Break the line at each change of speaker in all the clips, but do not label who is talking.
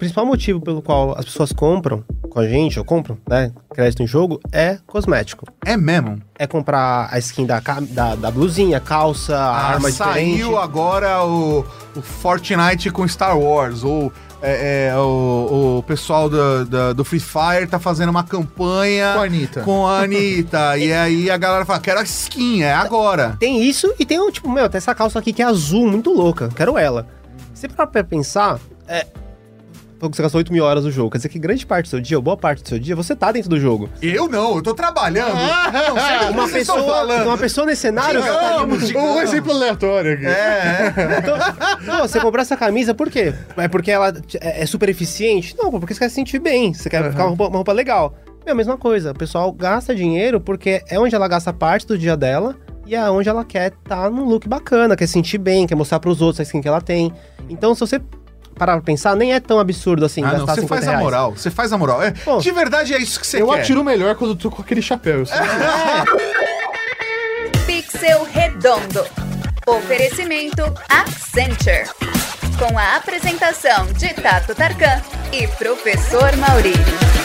principal motivo pelo qual as pessoas compram com a gente, ou compram, né, crédito em jogo, é cosmético.
É mesmo?
É comprar a skin da blusinha, calça, arma diferente.
Saiu agora o Fortnite com Star Wars, ou o pessoal do Free Fire tá fazendo uma campanha com a Anitta. E aí a galera fala, quero a skin, é agora.
Tem isso e tem tem essa calça aqui que é azul, muito louca, quero ela. Se pra pensar, você gastou 8 mil horas no jogo, quer dizer que grande parte do seu dia, ou boa parte do seu dia, você tá dentro do jogo.
Eu tô trabalhando. Não, sério,
uma pessoa nesse cenário...
Um exemplo aleatório aqui.
Então, você comprou essa camisa por quê? É porque ela é super eficiente? Não, porque você quer se sentir bem, você quer ficar uma roupa legal. É a mesma coisa, o pessoal gasta dinheiro porque é onde ela gasta parte do dia dela e é onde ela quer estar num look bacana, quer se sentir bem, quer mostrar pros outros a skin que ela tem. Então, se você parar pra pensar, nem é tão absurdo assim gastar
você faz a moral, você faz a moral.
Bom,
de verdade é isso que você quer.
Eu atiro melhor quando eu tô com aquele chapéu.
Pixel Redondo. Oferecimento Accenture. Com a apresentação de Tato Tarkan e Professor Mauri.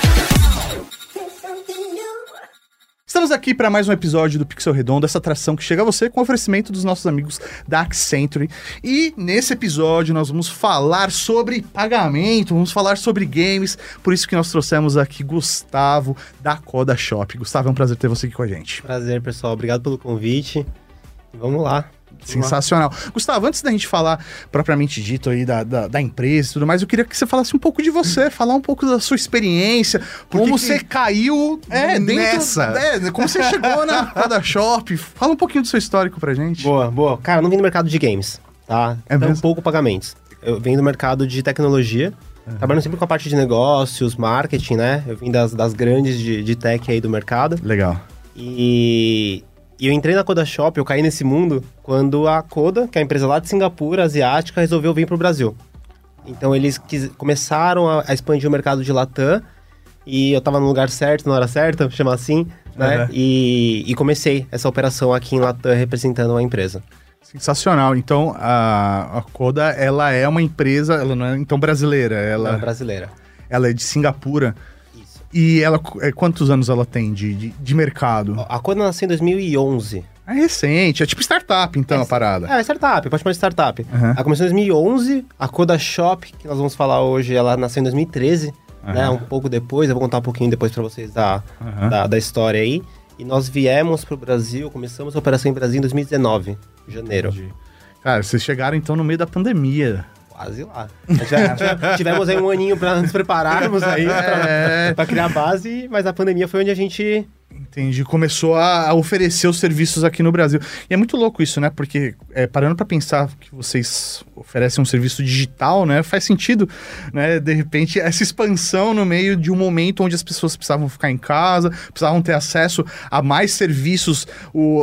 Estamos aqui para mais um episódio do Pixel Redondo, essa atração que chega a você com oferecimento dos nossos amigos da Accenture. E nesse episódio nós vamos falar sobre pagamento, vamos falar sobre games, por isso que nós trouxemos aqui Gustavo da Coda Shop. Gustavo, é um prazer ter você aqui com a gente.
Prazer, pessoal. Obrigado pelo convite. Vamos lá.
Sensacional. Gustavo, antes da gente falar propriamente dito aí da empresa e tudo mais, eu queria que você falasse um pouco de você, falar um pouco da sua experiência,
como você caiu nessa.
Como você chegou na Coda Shop. Fala um pouquinho do seu histórico pra gente.
Boa. Cara, eu não vim do mercado de games, tá? Então, pouco pagamentos. Eu venho do mercado de tecnologia, trabalhando sempre com a parte de negócios, marketing, né? Eu vim das grandes de tech aí do mercado.
Legal.
E eu entrei na Coda Shop, eu caí nesse mundo, quando a Coda, que é a empresa lá de Singapura, asiática, resolveu vir pro Brasil. Então eles começaram a expandir o mercado de Latam, e eu tava no lugar certo, na hora certa, chamar assim, né? E comecei essa operação aqui em Latam, representando a empresa.
Sensacional. Então, a Coda, ela é uma empresa, ela não é então brasileira? Ela
é brasileira.
Ela é de Singapura. E ela, quantos anos ela tem de mercado?
A Coda nasceu em 2011.
É recente, é tipo startup, então, a parada.
É startup, pode chamar de startup. Ela começou em 2011, a Coda Shop, que nós vamos falar hoje, ela nasceu em 2013, né, um pouco depois, eu vou contar um pouquinho depois pra vocês da história aí. E nós viemos pro Brasil, começamos a operação em Brasil em 2019, em janeiro.
Entendi. Cara, vocês chegaram então no meio da pandemia.
Quase lá. Tivemos aí um aninho pra nos prepararmos aí pra criar a base, mas a pandemia foi onde a gente...
Entendi. Começou a oferecer os serviços aqui no Brasil. E é muito louco isso, né? Porque, parando pra pensar que vocês oferecem um serviço digital, né? Faz sentido, né? De repente, essa expansão no meio de um momento onde as pessoas precisavam ficar em casa, precisavam ter acesso a mais serviços, o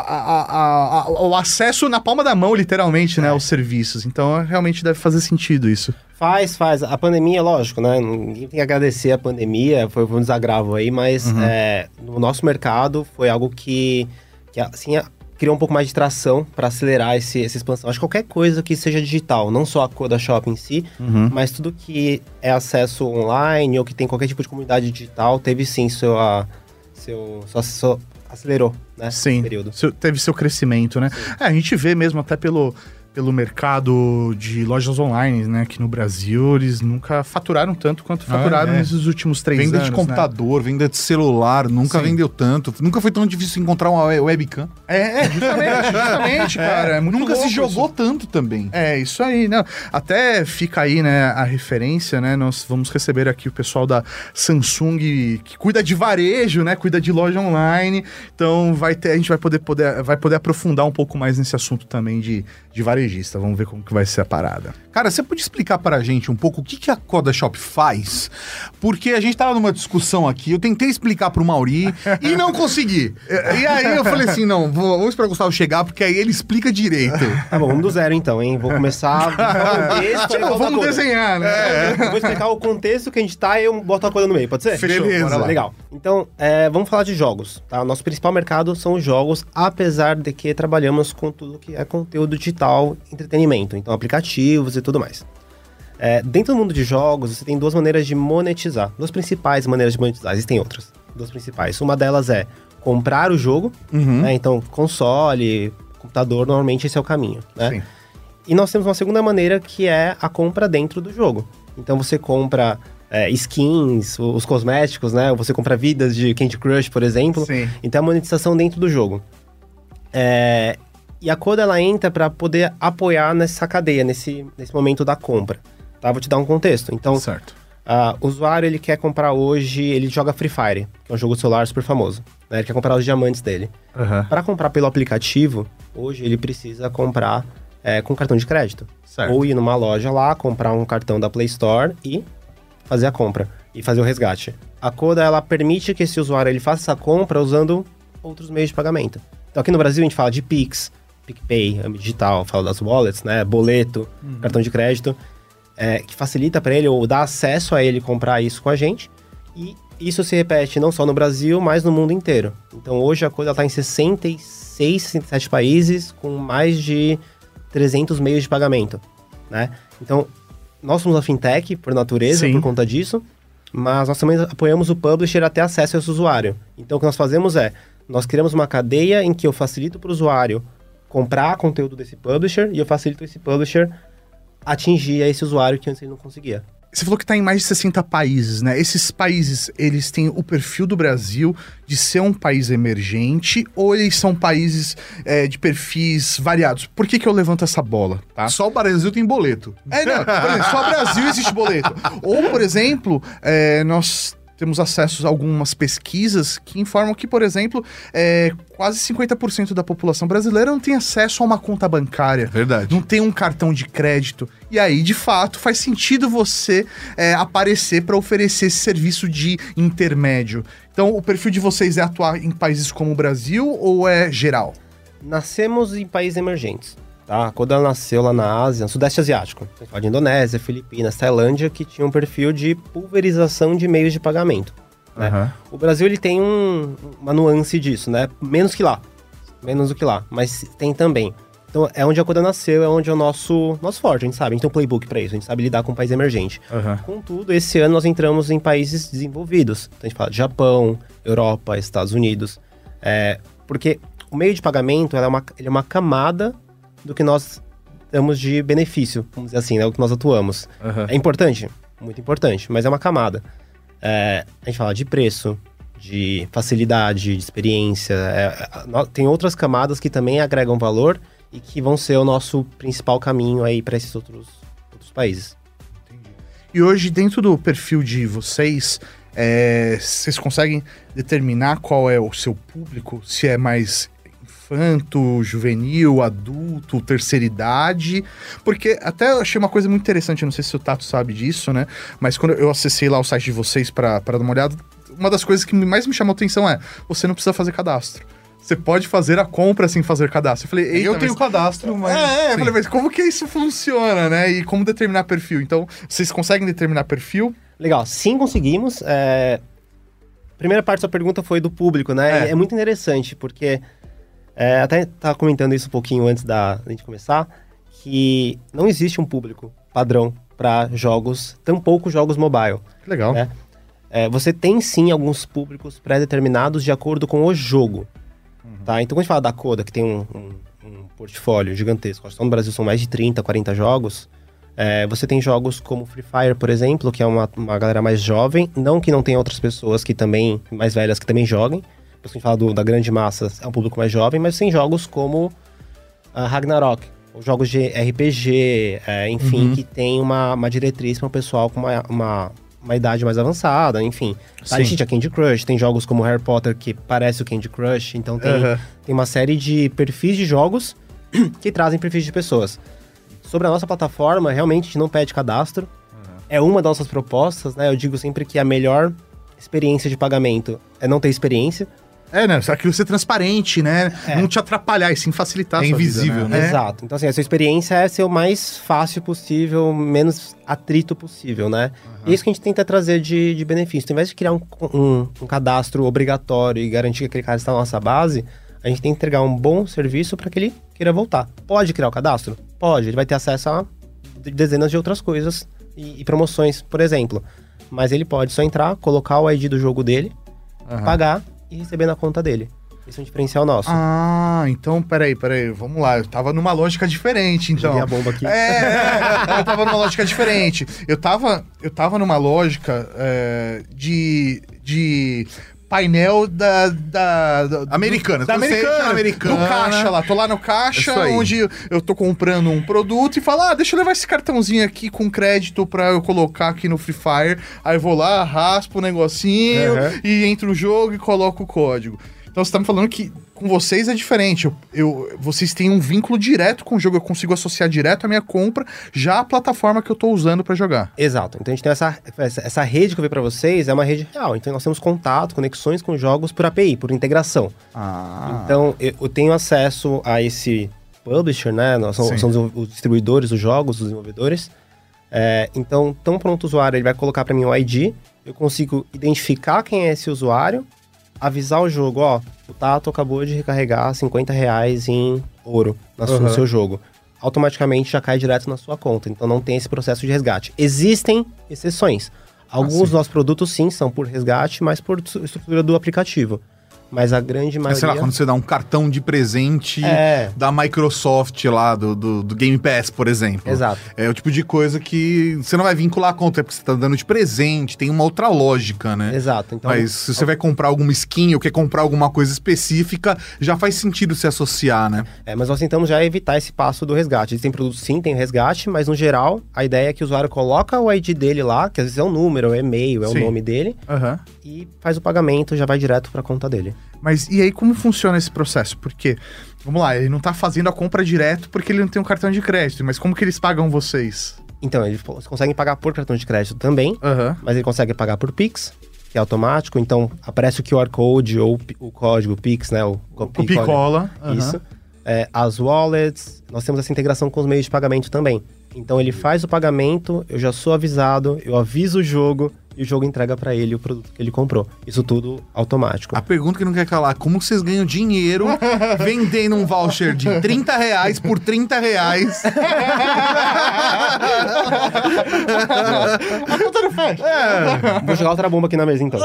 acesso na palma da mão, literalmente, né? Aos serviços. Então, realmente deve fazer sentido isso.
Faz. A pandemia, lógico, né? Ninguém tem que agradecer a pandemia, foi um desagravo aí, mas no nosso mercado foi algo que assim, criou um pouco mais de tração para acelerar essa expansão. Acho que qualquer coisa que seja digital, não só a Coda Shop em si, mas tudo que é acesso online ou que tem qualquer tipo de comunidade digital, teve sim acelerou, né?
Sim,
período.
Teve seu crescimento, né? A gente vê mesmo até pelo mercado de lojas online, né? Que no Brasil eles nunca faturaram tanto quanto faturaram nesses últimos 3 anos,
Venda de computador, né? Venda de celular, nunca vendeu tanto. Nunca foi tão difícil encontrar uma webcam.
Justamente, cara. É muito
nunca se jogou
isso.
tanto também.
É, isso aí, né? Até fica aí, né, a referência, né? Nós vamos receber aqui o pessoal da Samsung, que cuida de varejo, né? Cuida de loja online. Então, a gente vai poder aprofundar um pouco mais nesse assunto também de varejo. Vamos ver como que vai ser a parada.
Cara, você pode explicar pra gente um pouco o que a Coda Shop faz? Porque a gente tava numa discussão aqui, eu tentei explicar pro Mauri e não consegui. E aí eu falei assim, não, vamos esperar o Gustavo chegar, porque aí ele explica direito.
Tá bom, vamos do zero então, hein? Vou começar...
Vamos desenhar, né?
Eu vou explicar o contexto que a gente tá e eu boto a coisa no meio, pode ser?
Beleza.
Bora lá. Legal. Então, vamos falar de jogos, tá? O nosso principal mercado são os jogos, apesar de que trabalhamos com tudo que é conteúdo digital, entretenimento, então aplicativos e tudo mais. Dentro do mundo de jogos, você tem duas maneiras de monetizar. Duas principais maneiras de monetizar. Existem outras. Duas principais. Uma delas é comprar o jogo, né? Então, console, computador, normalmente esse é o caminho, né? Sim. E nós temos uma segunda maneira, que é a compra dentro do jogo. Então, você compra skins, os cosméticos, né? Você compra vidas de Candy Crush, por exemplo. Sim. Então, a monetização dentro do jogo. E a Coda, ela entra para poder apoiar nessa cadeia, nesse momento da compra. Tá? Vou te dar um contexto. Então,
certo.
O usuário, ele quer comprar hoje, ele joga Free Fire, que é um jogo de celular super famoso. Né? Ele quer comprar os diamantes dele. Para comprar pelo aplicativo, hoje ele precisa comprar com cartão de crédito. Certo. Ou ir numa loja lá, comprar um cartão da Play Store e fazer a compra. E fazer o resgate. A Coda, ela permite que esse usuário ele faça essa compra usando outros meios de pagamento. Então, aqui no Brasil, a gente fala de Pix, PicPay, digital, fala das wallets, né? Boleto, cartão de crédito, que facilita para ele ou dá acesso a ele comprar isso com a gente. E isso se repete não só no Brasil, mas no mundo inteiro. Então, hoje a Coda está em 66, 67 países, com mais de 300 meios de pagamento, né? Então, nós somos uma fintech, por natureza, por conta disso, mas nós também apoiamos o publisher a ter acesso a esse usuário. Então, o que nós fazemos nós criamos uma cadeia em que eu facilito para o usuário comprar conteúdo desse publisher e eu facilito esse publisher atingir esse usuário que antes ele não conseguia.
Você falou que está em mais de 60 países, né? Esses países, eles têm o perfil do Brasil de ser um país emergente ou eles são países de perfis variados? Por que eu levanto essa bola? Tá?
Só o Brasil tem boleto.
Por exemplo, só o Brasil existe boleto. Ou, por exemplo, nós temos acesso a algumas pesquisas que informam que, por exemplo, quase 50% da população brasileira não tem acesso a uma conta bancária.
Verdade.
Não tem um cartão de crédito. E aí, de fato, faz sentido você aparecer para oferecer esse serviço de intermédio. Então, o perfil de vocês é atuar em países como o Brasil ou é geral?
Nascemos em países emergentes. Tá? Quando ela nasceu lá na Ásia, no Sudeste Asiático, a gente fala de Indonésia, Filipinas, Tailândia, que tinha um perfil de pulverização de meios de pagamento. Né? O Brasil, ele tem uma nuance disso, né? Menos do que lá, mas tem também. Então, é onde a Coda nasceu, é onde é o nosso forte, a gente sabe, a gente tem um playbook para isso, a gente sabe lidar com um país emergente. Contudo, esse ano nós entramos em países desenvolvidos. Então, a gente fala de Japão, Europa, Estados Unidos, porque o meio de pagamento ele é uma camada do que nós damos de benefício, vamos dizer assim, né? O que nós atuamos. É importante? Muito importante, mas é uma camada. A gente fala de preço, de facilidade, de experiência. Tem outras camadas que também agregam valor e que vão ser o nosso principal caminho aí para esses outros países.
Entendi. E hoje, dentro do perfil de vocês, vocês conseguem determinar qual é o seu público? Se é mais infanto, juvenil, adulto, terceira idade, porque até eu achei uma coisa muito interessante, não sei se o Tato sabe disso, né, mas quando eu acessei lá o site de vocês para dar uma olhada, uma das coisas que mais me chamou a atenção você não precisa fazer cadastro. Você pode fazer a compra sem fazer cadastro. Eu falei,
eu tenho cadastro, mas...
eu falei, mas como que isso funciona, né, e como determinar perfil? Então, vocês conseguem determinar perfil?
Legal, sim, conseguimos. Primeira parte da sua pergunta foi do público, né, é muito interessante, porque... até estava comentando isso um pouquinho antes da gente começar, que não existe um público padrão para jogos, tampouco jogos mobile.
Legal.
Né? Você tem sim alguns públicos pré-determinados de acordo com o jogo. Tá? Então, quando a gente fala da Coda, que tem um portfólio gigantesco, acho que no Brasil são mais de 30, 40 jogos, você tem jogos como Free Fire, por exemplo, que é uma galera mais jovem, não que não tenha outras pessoas que também, mais velhas, que também joguem. Se a gente fala da grande massa, é um público mais jovem, mas tem jogos como Ragnarok, ou jogos de RPG, enfim, que tem uma diretriz para um pessoal com uma idade mais avançada, enfim. A gente tinha Candy Crush, tem jogos como Harry Potter que parece o Candy Crush, então tem uma série de perfis de jogos que trazem perfis de pessoas. Sobre a nossa plataforma, realmente a gente não pede cadastro, é uma das nossas propostas, né? Eu digo sempre que a melhor experiência de pagamento é não ter experiência.
Né? Só que ser transparente, né? Não te atrapalhar e sim facilitar a sua
invisível,
vida,
né?
Exato. Então, assim, a sua experiência é ser o mais fácil possível, menos atrito possível, né? E é isso que a gente tenta trazer de benefício. Então, ao invés de criar um cadastro obrigatório e garantir que aquele cara está na nossa base, a gente tem que entregar um bom serviço para que ele queira voltar. Pode criar o cadastro? Pode. Ele vai ter acesso a dezenas de outras coisas e promoções, por exemplo. Mas ele pode só entrar, colocar o ID do jogo dele, pagar e receber na conta dele. Esse é um diferencial nosso.
Ah, então, peraí, vamos lá. Eu tava numa lógica diferente, então.
Joguei a bomba aqui.
Eu tava numa lógica diferente. Eu tava numa lógica de painel da
Americana.
Da Americana. No caixa lá. Tô lá no caixa, onde eu tô comprando um produto e falo, deixa eu levar esse cartãozinho aqui com crédito pra eu colocar aqui no Free Fire. Aí eu vou lá, raspo o negocinho e entro no jogo e coloco o código. Então você tá me falando que com vocês é diferente. Vocês têm um vínculo direto com o jogo. Eu consigo associar direto a minha compra já a plataforma que eu tô usando pra jogar.
Exato. Então a gente tem essa rede que eu vi pra vocês, é uma rede real. Então nós temos contato, conexões com jogos por API, por integração. Então eu tenho acesso a esse publisher, né? Nós somos os distribuidores dos jogos, os desenvolvedores. Então, tão pronto o usuário, ele vai colocar pra mim o ID, eu consigo identificar quem é esse usuário, avisar o jogo, o Tato acabou de recarregar R$50 em ouro no seu jogo. Automaticamente já cai direto na sua conta, então não tem esse processo de resgate. Existem exceções. Alguns dos nossos produtos, sim, são por resgate, mas por estrutura do aplicativo. Mas a grande maioria...
sei lá, quando você dá um cartão de presente da Microsoft lá, do Game Pass, por exemplo.
Exato.
É o tipo de coisa que você não vai vincular a conta, é porque você tá dando de presente, tem uma outra lógica, né?
Exato. Então,
mas se você vai comprar alguma skin ou quer comprar alguma coisa específica, já faz sentido se associar, né?
Mas nós tentamos já evitar esse passo do resgate. Existem produtos, sim, tem resgate, mas no geral, a ideia é que o usuário coloca o ID dele lá, que às vezes é um número, é e-mail, é o nome dele, e faz o pagamento, já vai direto pra conta dele.
Mas e aí, como funciona esse processo? Porque, vamos lá, ele não tá fazendo a compra direto porque ele não tem um cartão de crédito, mas como que eles pagam vocês?
Então, eles conseguem pagar por cartão de crédito também, mas ele consegue pagar por Pix, que é automático, então aparece o QR Code ou o código Pix, né? O
Picola.
Isso. As wallets, nós temos essa integração com os meios de pagamento também. Então ele faz o pagamento, eu já sou avisado, eu aviso o jogo e o jogo entrega pra ele o produto que ele comprou. Isso tudo automático.
A pergunta que não quer calar, como vocês ganham dinheiro vendendo um voucher de R$30 por R$30?
A conta não fecha.
Vou jogar outra bomba aqui na mesa, então.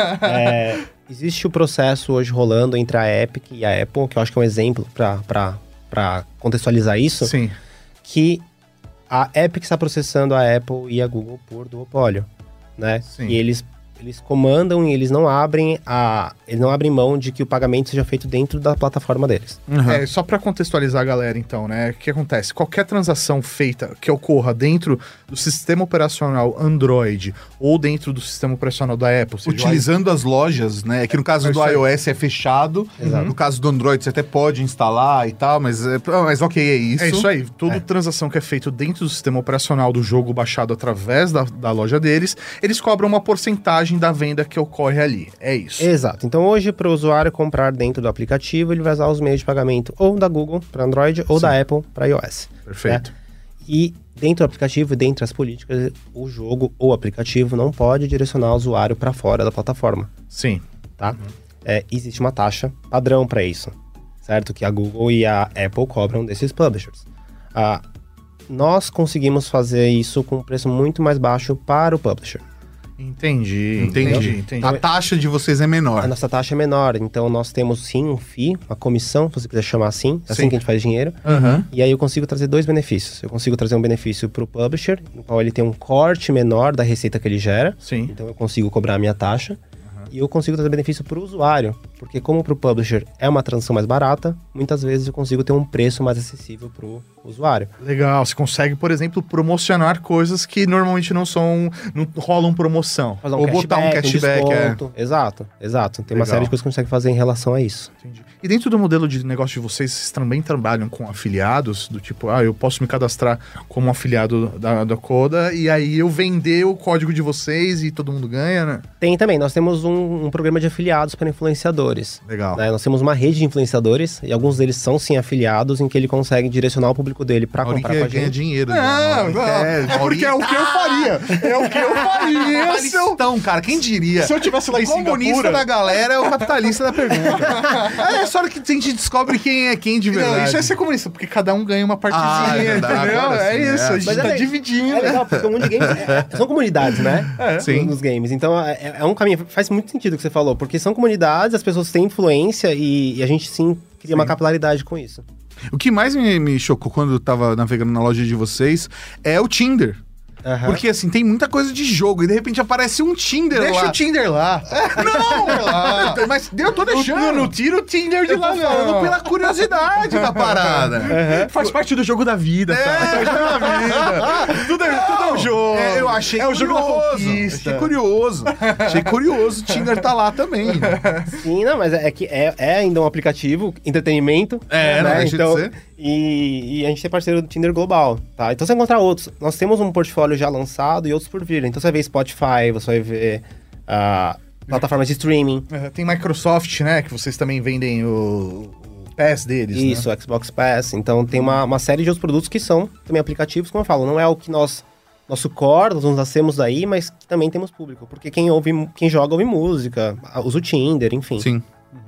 Existe o processo hoje rolando entre a Epic e a Apple, que eu acho que é um exemplo pra contextualizar isso.
Sim.
Que a Epic está processando a Apple e a Google por duopólio, né?
Sim.
E eles comandam e eles não abrem mão de que o pagamento seja feito dentro da plataforma deles.
Só para contextualizar a galera, então, né? O que acontece? Qualquer transação feita que ocorra dentro do sistema operacional Android ou dentro do sistema operacional da Apple...
utilizando as lojas, né? Que no caso do iOS é fechado. No caso do Android você até pode instalar e tal, mas ok, é isso.
É isso aí. Toda transação que é feita dentro do sistema operacional do jogo baixado através da loja deles, eles cobram uma porcentagem da venda que ocorre ali. É isso.
Exato. Então hoje, para o usuário comprar dentro do aplicativo, ele vai usar os meios de pagamento ou da Google para Android ou da Apple para iOS.
Perfeito.
Né? E dentro do aplicativo, dentre as políticas, o jogo ou aplicativo não pode direcionar o usuário para fora da plataforma.
Sim.
Tá? Existe uma taxa padrão para isso, certo? Que a Google e a Apple cobram desses publishers. Nós conseguimos fazer isso com um preço muito mais baixo para o publisher.
Entendi.
A taxa de vocês é menor.
A nossa taxa é menor, então nós temos sim um FII, uma comissão, se você quiser chamar assim, assim que a gente faz dinheiro. E aí eu consigo trazer dois benefícios. Eu consigo trazer um benefício para o publisher, no qual ele tem um corte menor da receita que ele gera.
Sim.
Então eu consigo cobrar a minha taxa. E eu consigo trazer benefício para o usuário, porque como para o publisher é uma transação mais barata, muitas vezes eu consigo ter um preço mais acessível para o usuário.
Legal, você consegue, por exemplo, promocionar coisas que normalmente não rolam promoção.
Ou botar um cashback. Exato. Tem uma série de coisas que a gente consegue fazer em relação a isso.
Entendi. E dentro do modelo de negócio de vocês, vocês também trabalham com afiliados? Do tipo, eu posso me cadastrar como afiliado da Coda e aí eu vender o código de vocês e todo mundo ganha, né?
Tem também, nós temos um programa de afiliados para influenciadores. influenciadores.
Legal.
Né? Nós temos uma rede de influenciadores e alguns deles são sim afiliados em que ele consegue direcionar o público dele pra comprar com a
ganha
gente.
dinheiro.
Porque é o que eu faria. É o que eu faria.
Então, cara, quem diria?
Se eu tivesse lá em Singapura...
O comunista da galera é o capitalista da pergunta. É só hora que a gente descobre quem é quem de verdade.
Não, isso é ser comunista, porque cada um ganha uma partezinha, entendeu? É isso, a gente tá dividindo.
É legal, porque o mundo de games são comunidades, né?
Sim.
Nos games. Então, é um caminho. Faz muito sentido o que você falou, porque são comunidades, as pessoas têm influência e a gente sim cria uma capilaridade com isso.
O que mais me chocou quando eu tava navegando na loja de vocês é o Tinder. Porque, assim, tem muita coisa de jogo e, de repente, aparece um Tinder lá.
Deixa o Tinder lá.
Não! Mas eu tô deixando.
Não tira o Tinder de lá,
Eu tô falando pela curiosidade da parada.
Faz parte do jogo da vida, tá? Faz parte da vida. Tudo é um jogo.
Eu achei curioso.
O jogo da conquista.
Achei curioso. O Tinder tá lá também.
Sim, não, mas é que é ainda um aplicativo, entretenimento.
Não deixa de ser.
E a gente é parceiro do Tinder Global, tá? Então você vai encontrar outros. Nós temos um portfólio já lançado e outros por vir. Então você vai ver Spotify, você vai ver plataformas de streaming.
Tem Microsoft, né? Que vocês também vendem o Pass deles,
Isso,
né?
o Xbox Pass. Então tem uma série de outros produtos que são também aplicativos, como eu falo. Não é o que nosso core, nós nascemos daí, mas também temos público. Porque quem joga ouve música, usa o Tinder, enfim.
Sim.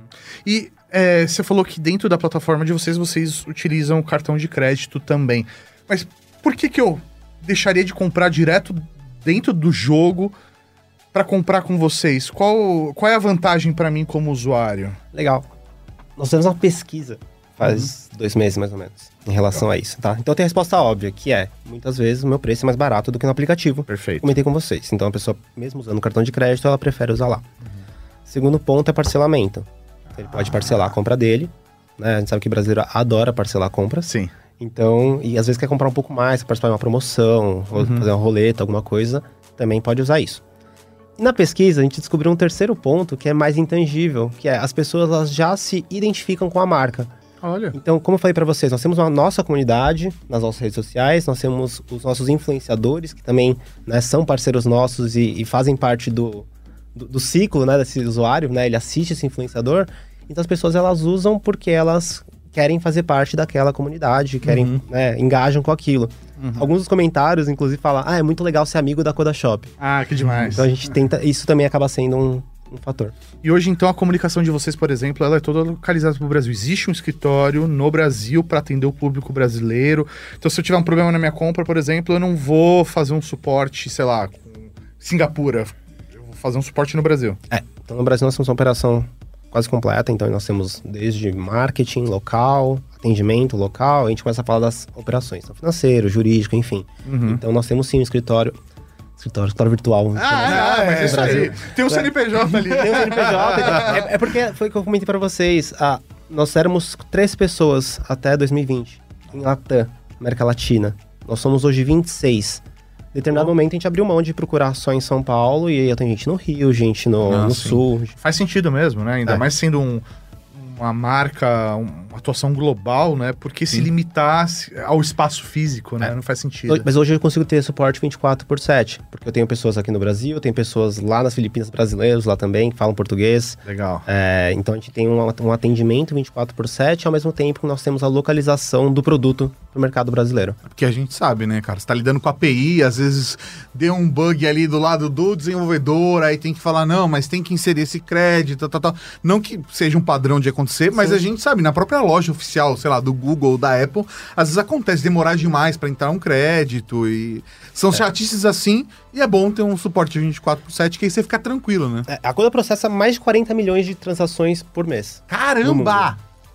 E você falou que dentro da plataforma de vocês utilizam o cartão de crédito também. Mas por que eu deixaria de comprar direto dentro do jogo para comprar com vocês? Qual é a vantagem para mim como usuário?
Legal. Nós fizemos uma pesquisa faz 2 meses, mais ou menos, em relação a isso, tá? Então tem a resposta óbvia, que muitas vezes o meu preço é mais barato do que no aplicativo.
Perfeito.
Comentei com vocês. Então a pessoa, mesmo usando o cartão de crédito, ela prefere usar lá. Segundo ponto é parcelamento. Ele pode parcelar a compra dele, né? A gente sabe que o brasileiro adora parcelar compras.
Sim.
Então, e às vezes quer comprar um pouco mais, participar de uma promoção, ou fazer uma roleta, alguma coisa, também pode usar isso. E na pesquisa, a gente descobriu um terceiro ponto que é mais intangível, que é as pessoas elas já se identificam com a marca.
Olha.
Então, como eu falei pra vocês, nós temos a nossa comunidade nas nossas redes sociais, nós temos os nossos influenciadores, que também, né, são parceiros nossos e fazem parte do ciclo, né, desse usuário, né, ele assiste esse influenciador, então as pessoas elas usam porque elas querem fazer parte daquela comunidade, querem, né, engajam com aquilo. Alguns dos comentários, inclusive, falam, é muito legal ser amigo da Coda Shop.
Ah, que demais.
Então a gente tenta, isso também acaba sendo um fator.
E hoje, então, a comunicação de vocês, por exemplo, ela é toda localizada para o Brasil. Existe um escritório no Brasil para atender o público brasileiro. Então, se eu tiver um problema na minha compra, por exemplo, eu não vou fazer um suporte, sei lá, com Singapura. Eu vou fazer um suporte no Brasil.
Então, no Brasil, nós temos uma operação quase completa. Então, nós temos desde marketing local, atendimento local. A gente começa a falar das operações. Então, financeiro, jurídico, enfim. Então, nós temos sim um escritório virtual.
Mas é isso aí. Tem um CNPJ ali.
Tem um CNPJ. É porque foi o que eu comentei pra vocês. Nós éramos 3 pessoas até 2020 em Latam, América Latina. Nós somos hoje 26. Em determinado momento a gente abriu mão de procurar só em São Paulo e aí tem gente no Rio, gente no Sul.
Faz sentido mesmo, né? Ainda mais sendo uma marca, uma atuação global, né? Porque se limitar ao espaço físico, né? Não faz sentido.
Mas hoje eu consigo ter suporte 24/7, porque eu tenho pessoas aqui no Brasil, eu tenho pessoas lá nas Filipinas, brasileiros lá também, que falam português.
Legal.
Então a gente tem um atendimento 24/7, ao mesmo tempo que nós temos a localização do produto pro mercado brasileiro.
Porque a gente sabe, né, cara? Você tá lidando com a API, às vezes deu um bug ali do lado do desenvolvedor, aí tem que falar, não, mas tem que inserir esse crédito, tal. Não que seja um padrão de acontecer, mas a gente sabe, na própria loja oficial, sei lá, do Google ou da Apple, às vezes acontece demorar demais para entrar um crédito e são chatices assim, e é bom ter um suporte 24/7 que aí você fica tranquilo, né?
A Coda processa mais de 40 milhões de transações por mês.
Caramba!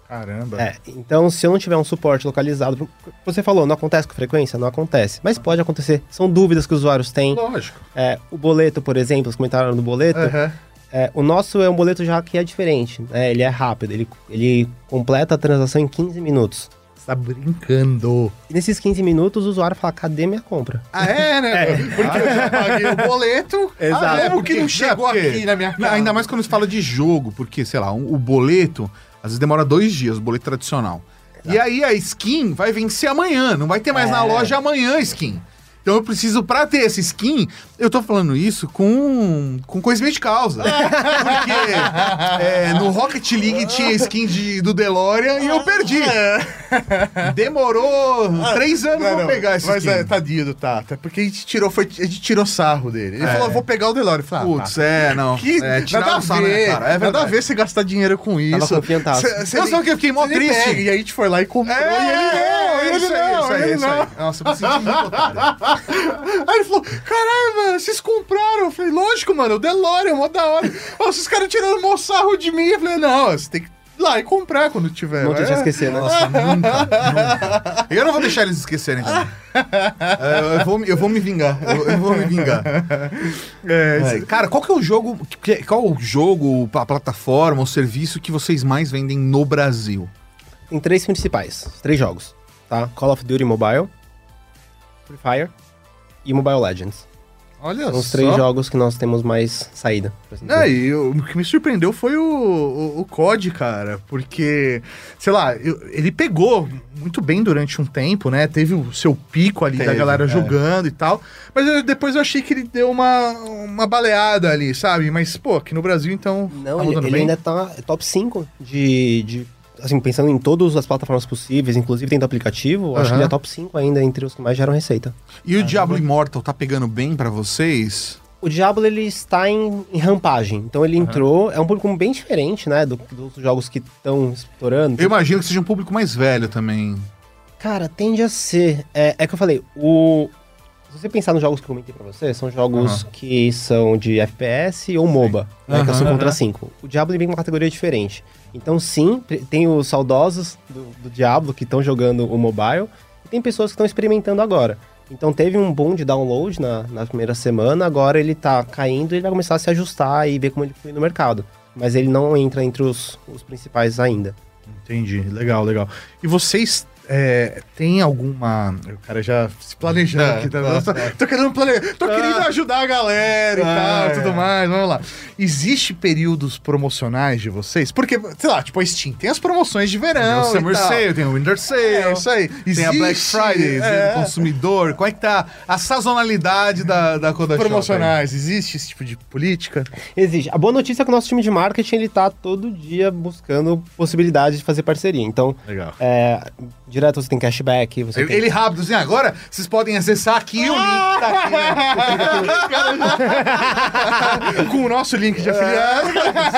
Então se eu não tiver um suporte localizado, você falou, não acontece com frequência? Não acontece, mas pode acontecer. São dúvidas que os usuários têm.
Lógico.
O boleto, por exemplo, os comentários do boleto, o nosso é um boleto já que é diferente, né? Ele é rápido, ele completa a transação em 15 minutos.
Você tá brincando.
E nesses 15 minutos o usuário fala, cadê minha compra?
Né? Porque eu já paguei o boleto.
Exato.
Como que não chegou aqui na minha casa?
Ainda mais quando se fala de jogo, porque, sei lá, o boleto, às vezes demora 2 dias, o boleto tradicional. Exato. E aí a skin vai vencer amanhã, não vai ter mais na loja amanhã a skin. Então eu preciso, pra ter essa skin, eu tô falando isso com conhecimento de causa. Porque no Rocket League tinha skin do DeLorean e eu perdi. Demorou 3 anos pra pegar essa skin.
Mas tadinho do Tata, porque a gente tirou sarro dele. Ele falou, vou pegar o DeLorean. Eu falei,
putz, não.
Nada a ver, cara. Nada a ver você gastar dinheiro com isso.
Tava confiantado.
Não, só que eu fiquei mó triste.
E aí a gente foi lá e comprou. E ele não.
Nossa, eu me senti muito otário.
Aí ele falou, caralho, mano, vocês compraram? Eu falei, lógico, mano, o DeLorean, mó da hora. Esses caras tirando mó sarro de mim. Eu falei, não, você tem que ir lá e comprar quando tiver.
Não deixa esquecer, né?
Nossa, nunca. Eu não vou deixar eles esquecerem também. Eu vou me vingar. Eu vou me vingar. Cara, qual que é o jogo... Qual o jogo, a plataforma, o serviço que vocês mais vendem no Brasil?
Tem 3 principais, 3 jogos, tá? Call of Duty Mobile, Free Fire e Mobile Legends.
Olha
São os 3 jogos que nós temos mais saída.
E o que me surpreendeu foi o COD, cara, porque, sei lá, ele pegou muito bem durante um tempo, né? Teve o seu pico ali da galera jogando e tal, mas depois eu achei que ele deu uma baleada ali, sabe? Mas, pô, aqui no Brasil, então...
Não, ele ainda tá top 5 assim, pensando em todas as plataformas possíveis, inclusive tem do aplicativo, acho que ele é top 5 ainda entre os que mais geram receita.
E o Diablo Immortal tá pegando bem pra vocês?
O Diablo, ele está em rampagem. Então ele entrou, é um público bem diferente, né, dos jogos que estão estourando.
Eu imagino que seja um público mais velho também.
Cara, tende a ser. É que eu falei, se você pensar nos jogos que eu comentei pra você, são jogos que são de FPS ou MOBA, né, que é o 5 contra 5. O Diablo vem com uma categoria diferente. Então sim, tem os saudosos do Diablo que estão jogando o mobile, e tem pessoas que estão experimentando agora. Então teve um boom de download na primeira semana, agora ele tá caindo e ele vai começar a se ajustar e ver como ele foi no mercado. Mas ele não entra entre os principais ainda.
Entendi, legal. E vocês... tem alguma... O cara já se planejando aqui, tá? Tô querendo planejar, tô querendo ajudar a galera e tal, tudo mais, vamos lá. Existe períodos promocionais de vocês? Porque, sei lá, tipo a Steam tem as promoções de verão,
tem o Summer Sale, tem o Winter Sale,
isso aí.
Tem a Black Friday, do consumidor. Como é que tá a sazonalidade da Koda
promocionais? Existe esse tipo de política?
Existe. A boa notícia é que o nosso time de marketing, ele tá todo dia buscando possibilidades de fazer parceria. Então,
legal.
Direto você tem cashback.
Ele rápido, assim, agora vocês podem acessar aqui o link tá
aqui, né? Com o nosso link de afiliado.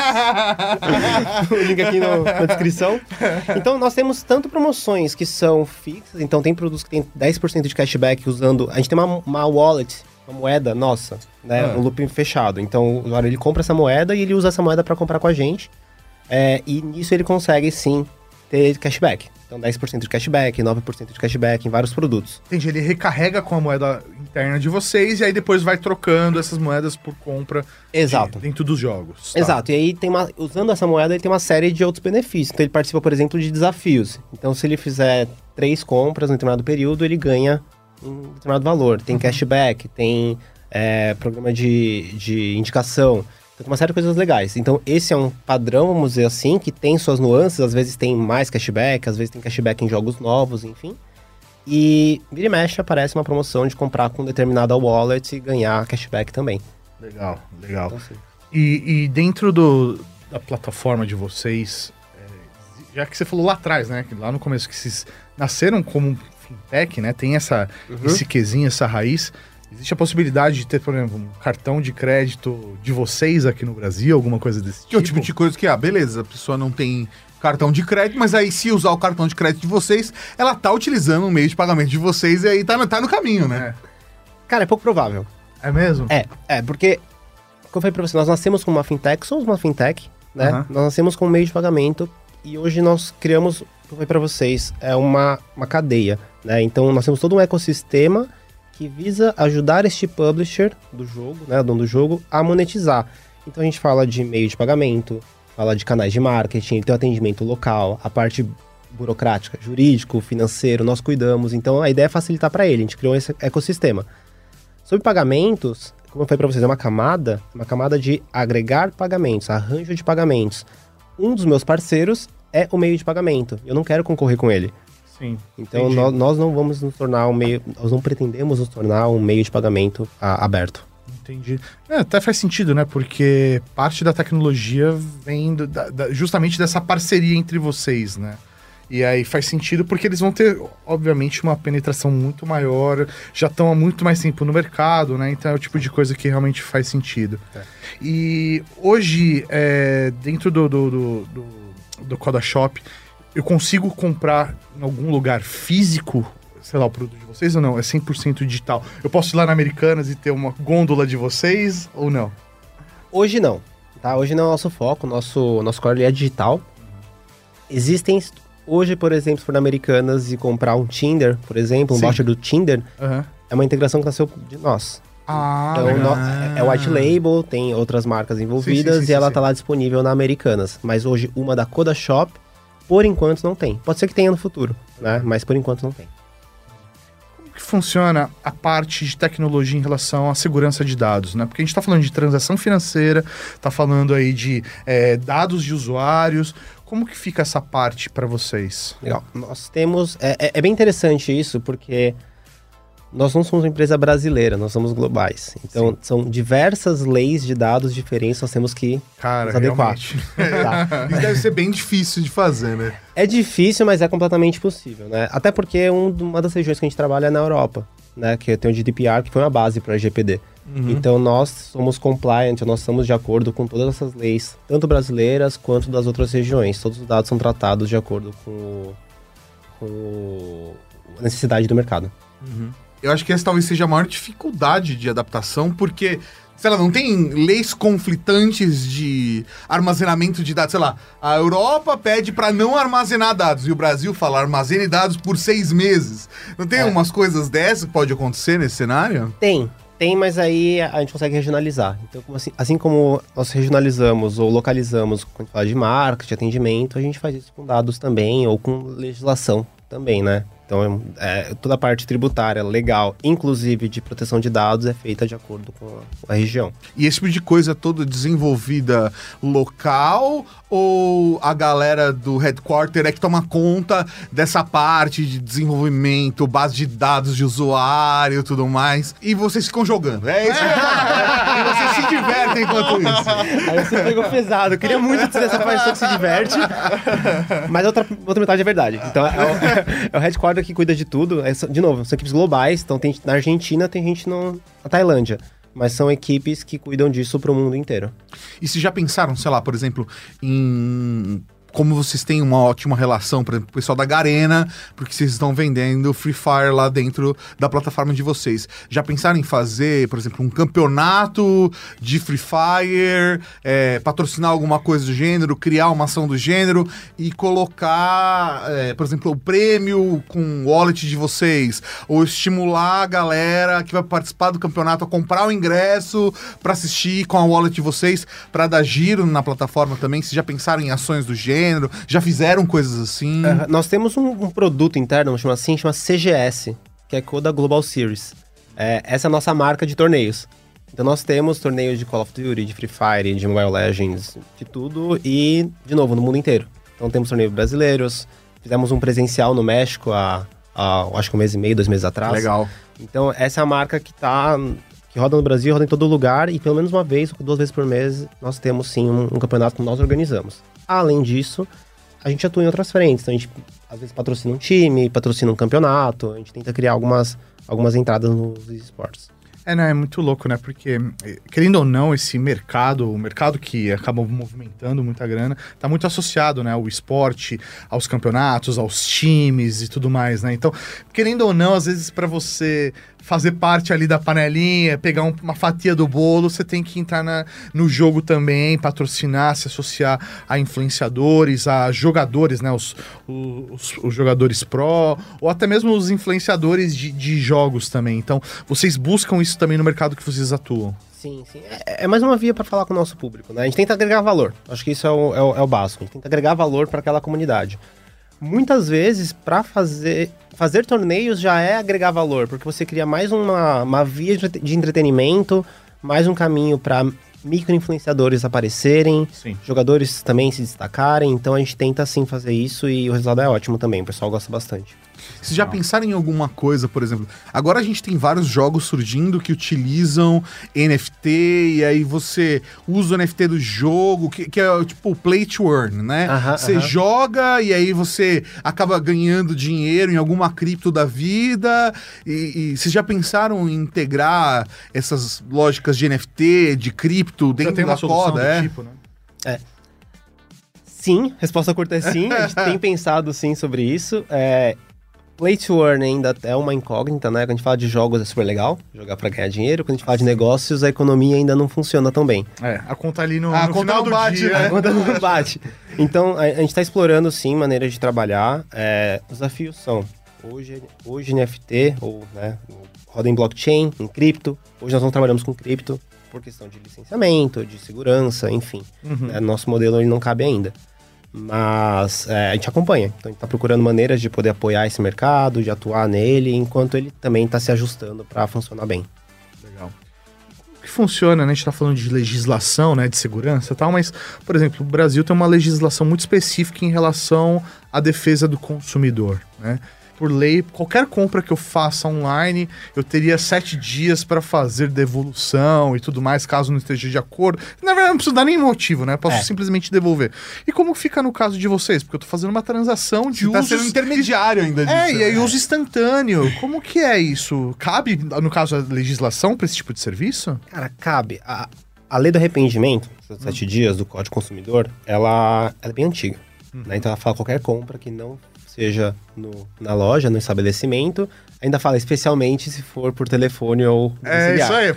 O link aqui na descrição. Então, nós temos tanto promoções que são fixas, então tem produtos que tem 10% de cashback usando... A gente tem uma wallet, uma moeda nossa, né? Um looping fechado. Então, agora ele compra essa moeda e ele usa essa moeda para comprar com a gente. E nisso ele consegue, sim, ter cashback. Então, 10% de cashback, 9% de cashback em vários produtos.
Entendi, ele recarrega com a moeda interna de vocês e aí depois vai trocando essas moedas por compra.
Exato.
Dentro dos jogos. Tá?
Exato, e aí usando essa moeda ele tem uma série de outros benefícios. Então ele participa, por exemplo, de desafios. Então se ele fizer 3 compras em determinado período, ele ganha um determinado valor. Tem cashback, tem programa de indicação. Então tem uma série de coisas legais. Então esse é um padrão, vamos dizer assim, que tem suas nuances. Às vezes tem mais cashback, às vezes tem cashback em jogos novos, enfim. E vira e mexe aparece uma promoção de comprar com determinada wallet e ganhar cashback também.
Legal.
Então, assim.
E dentro da plataforma de vocês, já que você falou lá atrás, né? Lá no começo que vocês nasceram como fintech, né? Tem esse quesinho, essa raiz. Existe a possibilidade de ter, por exemplo, um cartão de crédito de vocês aqui no Brasil, alguma coisa desse tipo?
Que é o tipo de coisa que, beleza, a pessoa não tem cartão de crédito, mas aí se usar o cartão de crédito de vocês, ela tá utilizando o meio de pagamento de vocês e aí tá no caminho, né?
Cara, é pouco provável.
É mesmo?
Porque, como eu falei pra você, nós nascemos com uma fintech, somos uma fintech, né? Nós nascemos com um meio de pagamento e hoje nós criamos, como eu falei pra vocês, uma cadeia, né? Então nós temos todo um ecossistema que visa ajudar este publisher do jogo, né, o dono do jogo, a monetizar. Então a gente fala de meio de pagamento, fala de canais de marketing, tem o atendimento local, a parte burocrática, jurídico, financeiro, nós cuidamos. Então a ideia é facilitar para ele, a gente criou esse ecossistema. Sobre pagamentos, como eu falei para vocês, é uma camada de agregar pagamentos, arranjo de pagamentos. Um dos meus parceiros é o meio de pagamento, eu não quero concorrer com ele.
Sim.
Então nós não vamos nos tornar um meio, nós não pretendemos nos tornar um meio de pagamento aberto.
Entendi. Até faz sentido, né? Porque parte da tecnologia vem justamente dessa parceria entre vocês, né? E aí faz sentido porque eles vão ter, obviamente, uma penetração muito maior, já estão há muito mais tempo no mercado, né? Então é o tipo de coisa que realmente faz sentido. E hoje, dentro do CodaShop, eu consigo comprar em algum lugar físico, sei lá, o produto de vocês ou não? É 100% digital? Eu posso ir lá na Americanas e ter uma gôndola de vocês ou não?
Hoje não, tá? Hoje não é o nosso foco, nosso core é digital. Existem... Hoje, por exemplo, se for na Americanas e comprar um Tinder, por exemplo, um voucher do Tinder, é uma integração que nasceu de nós. Então, é white label, tem outras marcas envolvidas e ela tá lá disponível na Americanas. Mas hoje, uma da CodaShop, por enquanto, não tem. Pode ser que tenha no futuro, né? Mas por enquanto não tem.
Como que funciona a parte de tecnologia em relação à segurança de dados, né? Porque a gente tá falando de transação financeira, tá falando aí de dados de usuários. Como que fica essa parte para vocês?
Legal. Nós temos... É bem interessante isso, porque nós não somos uma empresa brasileira, nós somos globais. Então, são diversas leis de dados diferentes, nós temos que nos adequar.
Tá. Isso deve ser bem difícil de fazer, né?
É difícil, mas é completamente possível, né? Até porque uma das regiões que a gente trabalha é na Europa, né? Que tem o GDPR, que foi uma base para a LGPD. Então, nós somos compliant, nós estamos de acordo com todas essas leis, tanto brasileiras quanto das outras regiões. Todos os dados são tratados de acordo com a necessidade do mercado.
Eu acho que essa talvez seja a maior dificuldade de adaptação, porque, sei lá, não tem leis conflitantes de armazenamento de dados. Sei lá, a Europa pede para não armazenar dados e o Brasil fala armazene dados por 6 meses. Não tem umas coisas dessas que pode acontecer nesse cenário?
Tem, mas aí a gente consegue regionalizar. Então, assim como nós regionalizamos ou localizamos quando a gente fala de marketing, de atendimento, a gente faz isso com dados também, ou com legislação também, né? Então, toda a parte tributária, legal, inclusive de proteção de dados, é feita de acordo com a região.
E esse tipo de coisa toda desenvolvida local ou a galera do headquarter é que toma conta dessa parte de desenvolvimento, base de dados de usuário e tudo mais, e vocês ficam jogando? É isso que e vocês se divertem enquanto isso.
Aí você pegou pesado. Eu queria muito dizer essa parte que se diverte, mas a outra metade é verdade. Então, é o headquarter que cuida de tudo. De novo, são equipes globais, então tem na Argentina, tem gente na Tailândia. Mas são equipes que cuidam disso para o mundo inteiro.
E se já pensaram, sei lá, por exemplo, em como vocês têm uma ótima relação, por exemplo, o pessoal da Garena, porque vocês estão vendendo Free Fire lá dentro da plataforma de vocês. Já pensaram em fazer, por exemplo, um campeonato de Free Fire, patrocinar alguma coisa do gênero, criar uma ação do gênero e colocar, por exemplo, o prêmio com o wallet de vocês, ou estimular a galera que vai participar do campeonato a comprar o ingresso para assistir com a wallet de vocês, para dar giro na plataforma também? Se já pensaram em ações do gênero? Já fizeram coisas assim?
Nós temos um produto interno, chama CGS, que é Coda Global Series. Essa é a nossa marca de torneios. Então nós temos torneios de Call of Duty, de Free Fire, de Mobile Legends, de tudo e, de novo, no mundo inteiro. Então temos torneios brasileiros, fizemos um presencial no México acho que 1 mês e meio, 2 meses atrás.
Legal.
Então essa é a marca que roda no Brasil, roda em todo lugar e pelo menos uma vez ou 2 vezes por mês nós temos sim um campeonato que nós organizamos. Além disso, a gente atua em outras frentes. Então a gente às vezes patrocina um time, patrocina um campeonato, a gente tenta criar algumas entradas nos esportes.
É muito louco, né? Porque, querendo ou não, esse mercado, o mercado que acaba movimentando muita grana, tá muito associado, né? Ao esporte, aos campeonatos, aos times e tudo mais, né? Então, querendo ou não, às vezes para você fazer parte ali da panelinha, pegar uma fatia do bolo, você tem que entrar no jogo também, patrocinar, se associar a influenciadores, a jogadores, né? Os jogadores pró, ou até mesmo os influenciadores de jogos também. Então, vocês buscam isso também no mercado que vocês atuam.
Sim. É mais uma via para falar com o nosso público, né? A gente tenta agregar valor. Acho que isso é o básico. A gente tenta agregar valor para aquela comunidade. Muitas vezes, para fazer torneios já é agregar valor, porque você cria mais uma via de entretenimento, mais um caminho para micro-influenciadores aparecerem, sim, jogadores também se destacarem. Então a gente tenta sim fazer isso e o resultado é ótimo também, o pessoal gosta bastante.
Vocês já pensaram em alguma coisa, por exemplo? Agora a gente tem vários jogos surgindo que utilizam NFT, e aí você usa o NFT do jogo, que é tipo play to earn, né? Você joga e aí você acaba ganhando dinheiro em alguma cripto da vida. E vocês já pensaram em integrar essas lógicas de NFT, de cripto dentro da coda?
Tipo, né?
Sim, resposta curta é sim. A gente tem pensado sim sobre isso. Play to earn ainda é uma incógnita, né? Quando a gente fala de jogos é super legal, jogar pra ganhar dinheiro. Quando a gente fala de negócios, a economia ainda não funciona tão bem.
A conta ali no final do dia.
A conta não bate. Então, a gente tá explorando, sim, maneiras de trabalhar. Os desafios são, hoje NFT, ou, né, roda em blockchain, em cripto. Hoje nós não trabalhamos com cripto por questão de licenciamento, de segurança, enfim. Nosso modelo ele não cabe ainda. Mas a gente acompanha, então a gente tá procurando maneiras de poder apoiar esse mercado, de atuar nele, enquanto ele também tá se ajustando para funcionar bem.
Legal. Como que funciona, né? A gente tá falando de legislação, né, de segurança e tal, mas, por exemplo, o Brasil tem uma legislação muito específica em relação à defesa do consumidor, né? Por lei, qualquer compra que eu faça online, eu teria 7 dias para fazer devolução e tudo mais, caso não esteja de acordo. Na verdade, não preciso dar nenhum motivo, né? Posso simplesmente devolver. E como fica no caso de vocês? Porque eu tô fazendo uma transação de uso...
Tá sendo intermediário ainda disso.
E aí uso instantâneo. Como que é isso? Cabe, no caso, a legislação para esse tipo de serviço?
Cara, cabe. A lei do arrependimento, 7 dias do Código Consumidor, ela é bem antiga. Né? Então ela fala qualquer compra que não seja na loja, no estabelecimento, ainda fala especialmente se for por telefone ou
isso aí.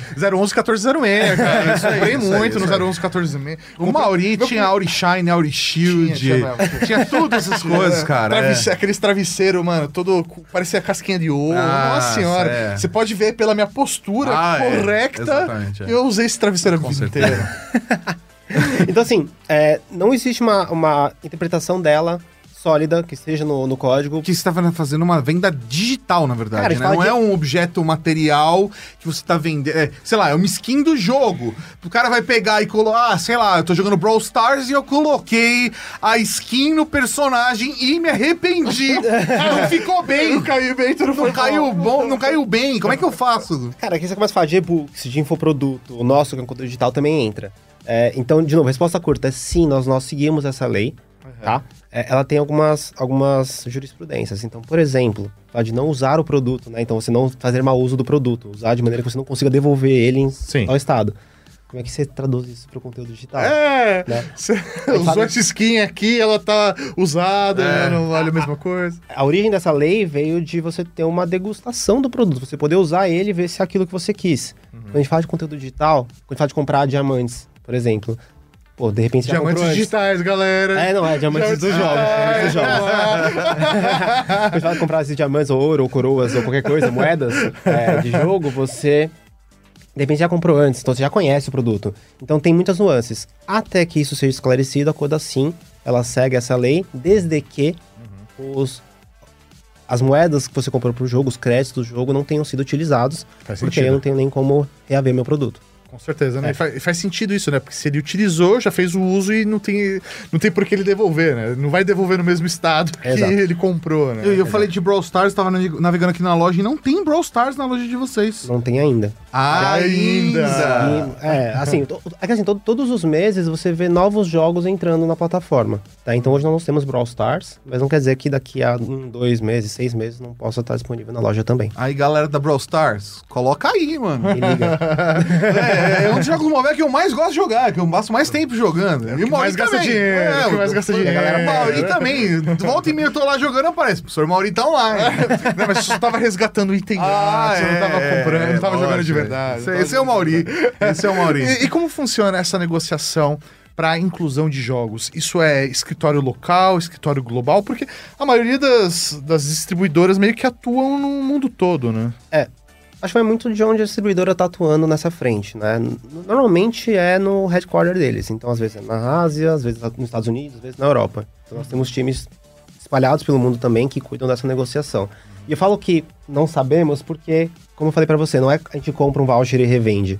011-1406, cara. Isso aí. Muito no 011-1406.
O Mauri tinha Aurishine, Aurishield. Tinha todas essas coisas, cara.
Aqueles travesseiros, mano, todo parecia casquinha de ouro. Nossa senhora. Você pode ver pela minha postura correta que eu usei esse travesseiro a vida inteira.
Então, assim, não existe uma interpretação dela sólida, que esteja no código.
Que você tá fazendo uma venda digital, na verdade, cara, né? Não é um objeto material que você tá vendendo. Sei lá, é uma skin do jogo. O cara vai pegar e colocar, sei lá, eu tô jogando Brawl Stars e eu coloquei a skin no personagem e me arrependi. Não ficou bem.
Não caiu bem, tudo foi
bom. Não caiu bem. Como é que eu faço?
Cara, aqui você começa a falar de e-books, de infoproduto. O nosso, que é um conteúdo digital, também entra. Então, de novo, a resposta curta é sim, nós seguimos essa lei, tá? Ela tem algumas jurisprudências. Então, por exemplo, de não usar o produto, né? Então, você não fazer mau uso do produto. Usar de maneira que você não consiga devolver ele ao estado. Como é que você traduz isso para o conteúdo digital?
Né? Você usou essa skin aqui, ela tá usada, não vale a mesma coisa.
A origem dessa lei veio de você ter uma degustação do produto. Você poder usar ele e ver se é aquilo que você quis. Quando a gente fala de conteúdo digital, quando a gente fala de comprar diamantes, por exemplo... Pô, de repente já
diamantes digitais, galera.
Diamantes dos jogos. Quando você vai comprar esses diamantes, ou ouro, ou coroas, ou qualquer coisa, moedas de jogo, você, de repente, já comprou antes, então você já conhece o produto. Então tem muitas nuances. Até que isso seja esclarecido, a Coda sim, ela segue essa lei, desde que as moedas que você comprou pro jogo, os créditos do jogo, não tenham sido utilizados, porque aí eu não tenho nem como reaver meu produto.
Com certeza, né? Faz sentido isso, né? Porque se ele utilizou, já fez o uso e não tem por que ele devolver, né? Não vai devolver no mesmo estado que ele comprou, né?
Eu falei de Brawl Stars, tava navegando aqui na loja e não tem Brawl Stars na loja de vocês.
Não tem ainda.
Ainda!
Todos os meses você vê novos jogos entrando na plataforma, tá? Então hoje nós não temos Brawl Stars, mas não quer dizer que daqui a 2 meses, 6 meses não possa estar disponível na loja também.
Aí, galera da Brawl Stars, coloca aí, mano.
Me liga.
É um dos jogos mobile que eu mais gosto de jogar, que eu passo mais tempo jogando.
E o mais gasta dinheiro.
Mais gasta dinheiro. A galera Mauri também. Volta e meia eu tô lá jogando, aparece. O professor Mauri tá online.
Não, mas você só tava resgatando item grátis, você não tava comprando, não tava jogando de verdade.
Esse é o Mauri.
E como funciona essa negociação para inclusão de jogos? Isso é escritório local, escritório global? Porque a maioria das distribuidoras meio que atuam no mundo todo, né?
Acho que vai muito de onde a distribuidora tá atuando nessa frente, né? Normalmente é no headquarter deles. Então, às vezes é na Ásia, às vezes nos Estados Unidos, às vezes na Europa. Então, nós temos times espalhados pelo mundo também que cuidam dessa negociação. E eu falo que não sabemos porque, como eu falei pra você, não é que a gente compra um voucher e revende. A gente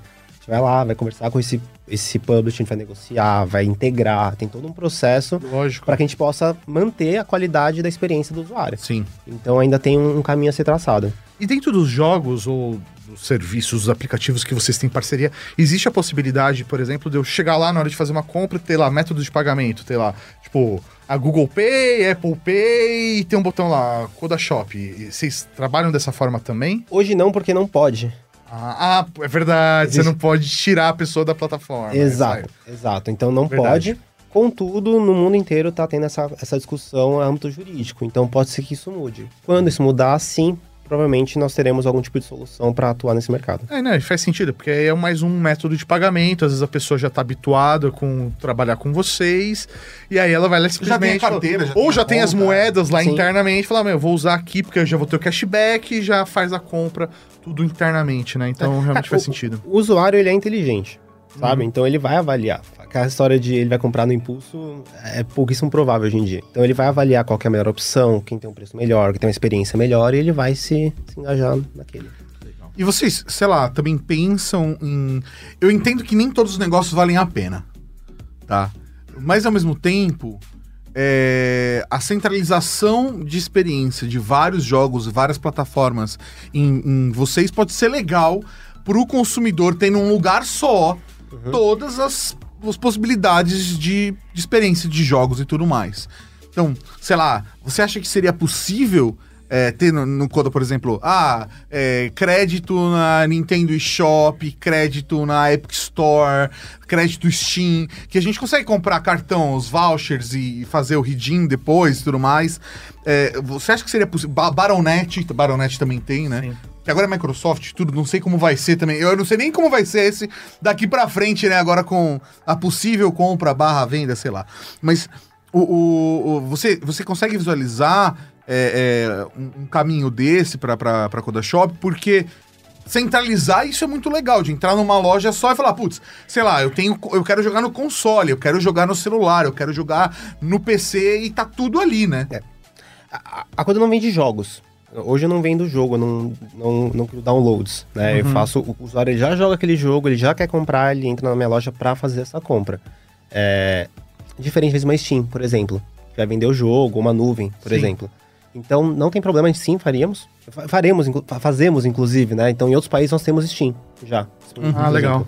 vai lá, vai conversar com esse publisher, a gente vai negociar, vai integrar, tem todo um processo para que a gente possa manter a qualidade da experiência do usuário.
Sim.
Então ainda tem um caminho a ser traçado.
E dentro dos jogos ou dos serviços, dos aplicativos que vocês têm parceria, existe a possibilidade, por exemplo, de eu chegar lá na hora de fazer uma compra e ter lá método de pagamento, ter lá, tipo, a Google Pay, Apple Pay e tem um botão lá, Coda Shop. E vocês trabalham dessa forma também?
Hoje não, porque não pode.
É verdade, você não pode tirar a pessoa da plataforma.
Exato. Então não pode. Contudo, no mundo inteiro tá tendo essa discussão no âmbito jurídico. Então pode ser que isso mude. Quando isso mudar, sim, provavelmente nós teremos algum tipo de solução para atuar nesse mercado.
Faz sentido, porque é mais um método de pagamento, às vezes a pessoa já tá habituada com trabalhar com vocês, e aí ela vai lá simplesmente...
Já tem a carteira,
já tem as moedas lá internamente, fala, eu vou usar aqui porque eu já vou ter o cashback, e já faz a compra tudo internamente, né? Então realmente faz sentido.
O usuário, ele é inteligente, sabe? Então ele vai avaliar. Aquela história de ele vai comprar no impulso é pouquíssimo provável hoje em dia. Então ele vai avaliar qual que é a melhor opção, quem tem um preço melhor, quem tem uma experiência melhor, e ele vai se engajar naquele.
E vocês, sei lá, também pensam em... Eu entendo que nem todos os negócios valem a pena, tá? Mas ao mesmo tempo, a centralização de experiência de vários jogos, várias plataformas em vocês pode ser legal pro consumidor ter num lugar só todas as possibilidades de experiência de jogos e tudo mais. Então, sei lá, você acha que seria possível ter no Coda, por exemplo, crédito na Nintendo eShop, crédito na Epic Store, crédito Steam, que a gente consegue comprar cartão, os vouchers e fazer o redeem depois e tudo mais. Você acha que seria possível? Battle.net também tem, né?
Sim.
Que agora é Microsoft, tudo, não sei como vai ser também. Eu não sei nem como vai ser esse daqui pra frente, né? Agora com a possível compra / venda, sei lá. Mas você consegue visualizar um caminho desse pra Coda Shop? Porque centralizar isso é muito legal, de entrar numa loja só e falar, putz, sei lá, eu quero jogar no console, eu quero jogar no celular, eu quero jogar no PC e tá tudo ali, né?
A Coda não vende jogos. Hoje eu não vendo jogo, eu não crio downloads, né? Eu faço, o usuário ele já joga aquele jogo, ele já quer comprar, ele entra na minha loja pra fazer essa compra. Diferente de uma Steam, por exemplo, que vai vender o jogo, uma nuvem, por exemplo. Então não tem problema, a gente sim fazemos inclusive, né? Então em outros países nós temos Steam já.
Legal.